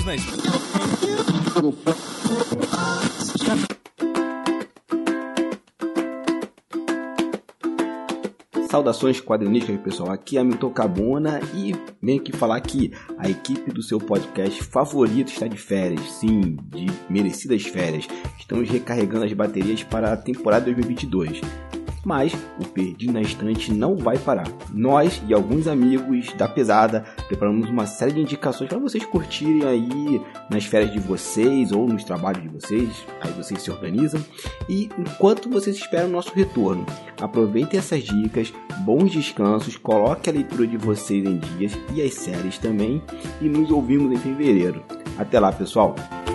Perdidos na Saudações quadrinísticas, pessoal. Aqui é Hamilton Cabona e venho aqui falar que a equipe do seu podcast favorito está de férias. Sim, de merecidas férias. Estamos recarregando as baterias para a temporada 2022. Mas o Perdido na Estante não vai parar. Nós e alguns amigos da pesada preparamos uma série de indicações para vocês curtirem aí nas férias de vocês ou nos trabalhos de vocês. Aí vocês se organizam. E enquanto vocês esperam o nosso retorno, aproveitem essas dicas, bons descansos, coloquem a leitura de vocês em dias e as séries também. E nos ouvimos em fevereiro. Até lá, pessoal!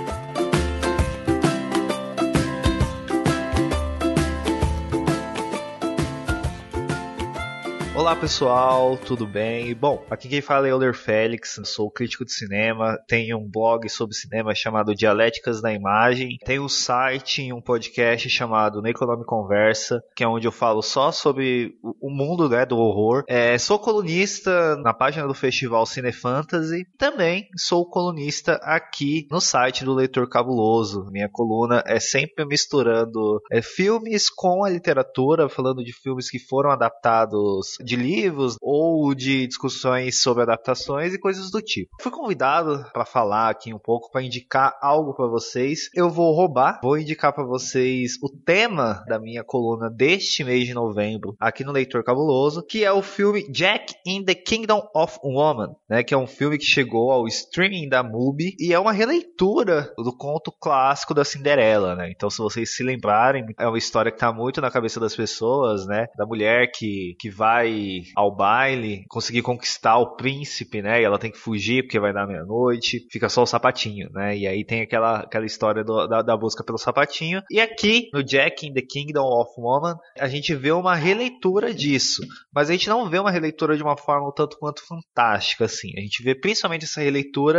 Olá pessoal, tudo bem? Bom, aqui quem fala é Euler Félix, sou crítico de cinema, tenho um blog sobre cinema chamado Dialéticas da Imagem, tenho um site e um podcast chamado Necronome Conversa, que é onde eu falo só sobre o mundo, né, do horror. Sou colunista na página do Festival Cinefantasy, também sou colunista aqui no site do Leitor Cabuloso. Minha coluna é sempre misturando filmes com a literatura, falando de filmes que foram adaptados de livros ou de discussões sobre adaptações e coisas do tipo. Fui convidado para falar aqui um pouco, para indicar algo para vocês. Eu vou indicar para vocês o tema da minha coluna deste mês de novembro, aqui no Leitor Cabuloso, que é o filme Jack in the Kingdom of Woman, né, que é um filme que chegou ao streaming da MUBI e é uma releitura do conto clássico da Cinderela, né? Então, se vocês se lembrarem, é uma história que está muito na cabeça das pessoas, né, da mulher que vai ao baile, conseguir conquistar o príncipe, né? E ela tem que fugir porque vai dar meia-noite, fica só o sapatinho, né? E aí tem aquela história da busca pelo sapatinho. E aqui, no Jack in the Kingdom of Woman, a gente vê uma releitura disso. Mas a gente não vê uma releitura de uma forma um tanto quanto fantástica, assim. A gente vê principalmente essa releitura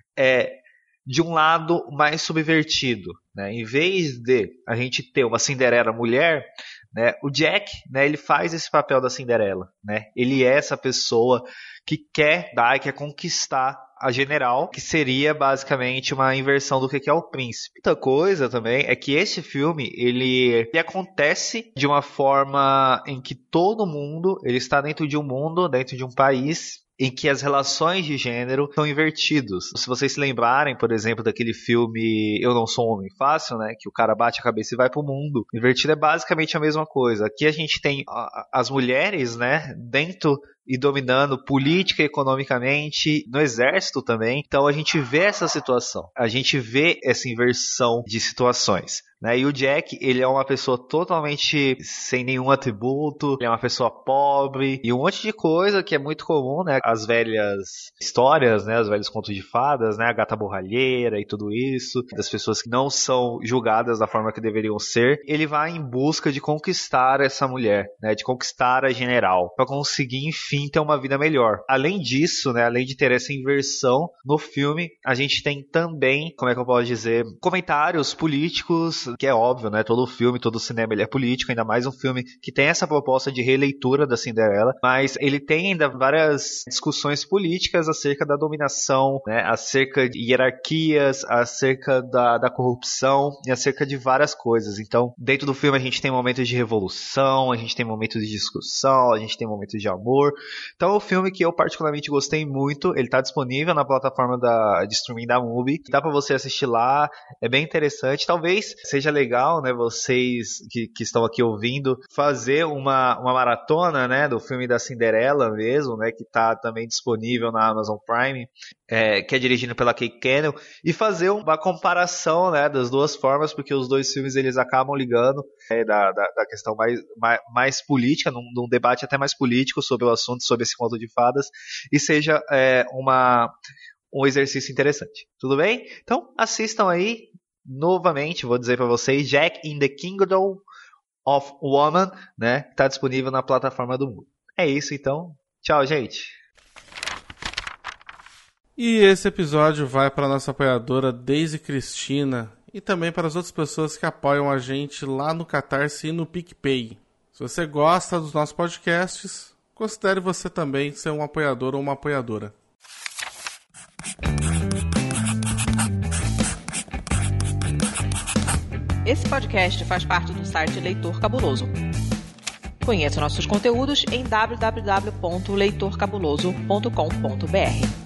de um lado mais subvertido, né? Em vez de a gente ter uma Cinderela mulher, né, o Jack, né, ele faz esse papel da Cinderela, né? Ele é essa pessoa que quer dar e quer conquistar a general, que seria basicamente uma inversão do que é o príncipe. Outra coisa também é que esse filme ele acontece de uma forma em que todo mundo ele está dentro de um mundo, dentro de um país em que as relações de gênero são invertidos. Se vocês se lembrarem, por exemplo, daquele filme Eu Não Sou um Homem Fácil, né, que o cara bate a cabeça e vai pro mundo. Invertido é basicamente a mesma coisa. Aqui a gente tem as mulheres, né, dentro e dominando política e economicamente, no exército também. Então a gente vê essa situação, a gente vê essa inversão de situações, né? E o Jack, ele é uma pessoa totalmente sem nenhum atributo, ele é uma pessoa pobre e um monte de coisa que é muito comum, né? As velhas histórias, né? Os velhos contos de fadas, né? A gata borralheira e tudo isso, das pessoas que não são julgadas da forma que deveriam ser. Ele vai em busca de conquistar essa mulher, né? De conquistar a general, para conseguir, enfim, ter uma vida melhor. Além disso, né, além de ter essa inversão no filme, a gente tem também, como é que eu posso dizer, comentários políticos, que é óbvio, né, todo filme, todo cinema ele é político, ainda mais um filme que tem essa proposta de releitura da Cinderela, mas ele tem ainda várias discussões políticas acerca da dominação, né, acerca de hierarquias, acerca da corrupção e acerca de várias coisas. Então, dentro do filme a gente tem momentos de revolução, a gente tem momentos de discussão, a gente tem momentos de amor. Então é um filme que eu particularmente gostei muito. Ele está disponível na plataforma de streaming da MUBI. Dá para você assistir lá. É bem interessante. Talvez seja legal, né, vocês que estão aqui ouvindo, fazer uma maratona, né, do filme da Cinderela mesmo, né, que está também disponível na Amazon Prime, que é dirigido pela Kay Cannon, e fazer uma comparação, né, das duas formas, porque os dois filmes eles acabam ligando da questão mais política, num debate até mais político sobre o assunto, sobre esse conto de fadas, e seja um exercício interessante. Tudo bem? Então, assistam aí, novamente, vou dizer para vocês, Jack in the Kingdom of Woman, né? Está disponível na plataforma do MUBI. É isso, então. Tchau, gente. E esse episódio vai para a nossa apoiadora Daisy Cristina e também para as outras pessoas que apoiam a gente lá no Catarse e no PicPay. Se você gosta dos nossos podcasts, considere você também ser um apoiador ou uma apoiadora. Esse podcast faz parte do site Leitor Cabuloso. Conheça nossos conteúdos em www.leitorcabuloso.com.br.